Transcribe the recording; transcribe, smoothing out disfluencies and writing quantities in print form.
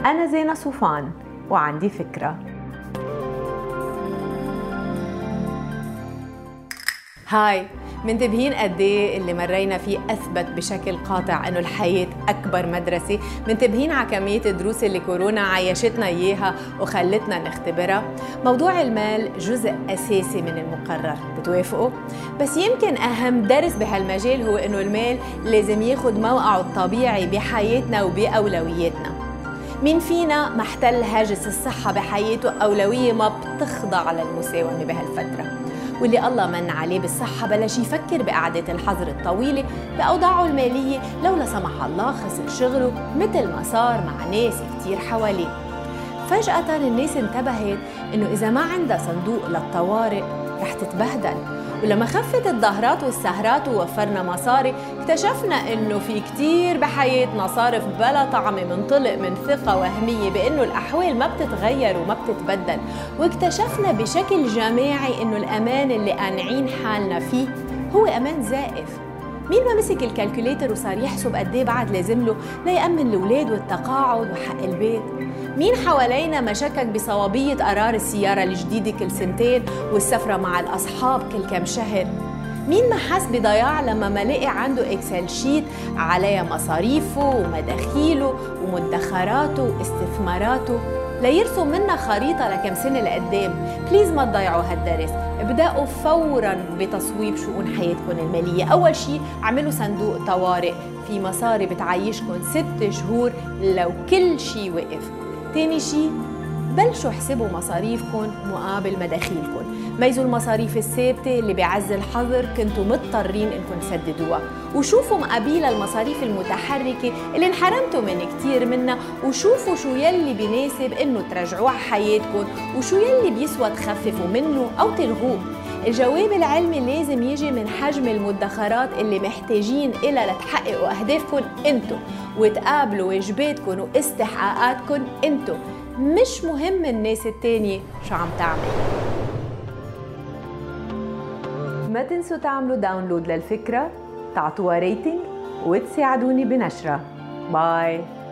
أنا زينة صوفان وعندي فكرة. هاي، منتبهين قد ايه اللي مرينا فيه اثبت بشكل قاطع انه الحياه اكبر مدرسه؟ منتبهين على كميه الدروس اللي كورونا عايشتنا اياها وخلتنا نختبرها؟ موضوع المال جزء اساسي من المقرر، بتوافقوا؟ بس يمكن اهم درس بهالمجال هو انه المال لازم ياخد موقعه الطبيعي بحياتنا وباولوياتنا. مين فينا ما احتل هاجس الصحه بحياته اولويه ما بتخضع للمساومه بهالفتره؟ واللي الله من عليه بالصحة بلش يفكر بقعدة الحظر الطويلة بأوضاعه المالية لو لا سمح الله خسر شغله مثل ما صار مع ناس كتير حواليه. فجأة الناس انتبهت إنه إذا ما عندها صندوق للطوارئ رح تتبهدل. ولما خفت الظهرات والسهرات ووفرنا مصاري اكتشفنا إنه في كتير بحياتنا صارف بلا طعم منطلق من ثقة وهمية بإنه الأحوال ما بتتغير وما بتتبدل. واكتشفنا بشكل جماعي إنه الأمان اللي قانعين حالنا فيه هو أمان زائف. مين ما مسك الكالكوليتر وصار يحسب قد ايه بعد لازم له ليأمن الأولاد والتقاعد وحق البيت؟ مين حوالينا ما شكك بصوابية قرار السيارة الجديدة كل سنتين والسفرة مع الأصحاب كل كم شهر؟ مين ما حس بضياع لما ما لقي عنده اكسل شيت عليها مصاريفه ومداخيله ومدخراته واستثماراته ليرسم منها خريطة لكم سنة لقدام؟ بليز ما تضيعوا هالدرس، ابدأوا فوراً بتصويب شؤون حياتكم المالية. أول شي اعملوا صندوق طوارئ في مصاري بتعيشكم 6 شهور لو كل شي وقف. تاني شي بلشوا احسبوا مصاريفكم مقابل مداخيلكم، ميزوا المصاريف الثابتة اللي بعز الحظر كنتوا مضطرين انكم تسددوها، وشوفوا مقابيل المصاريف المتحركة اللي انحرمتوا من كتير منها، وشوفوا شو يلي بيناسب انه ترجعوه على حياتكم وشو يلي بيسوى تخففوا منه او تلغوه. الجواب العلمي لازم يجي من حجم المدخرات اللي محتاجين إلها لتحققوا أهدافكم انتو وتقابلوا واجباتكم واستحقاقاتكم انتو، مش مهم الناس التانية شو عم تعمل. ما تنسوا تعملوا داونلود للفكرة، تعطوها ريتنج وتساعدوني بنشرها. باي.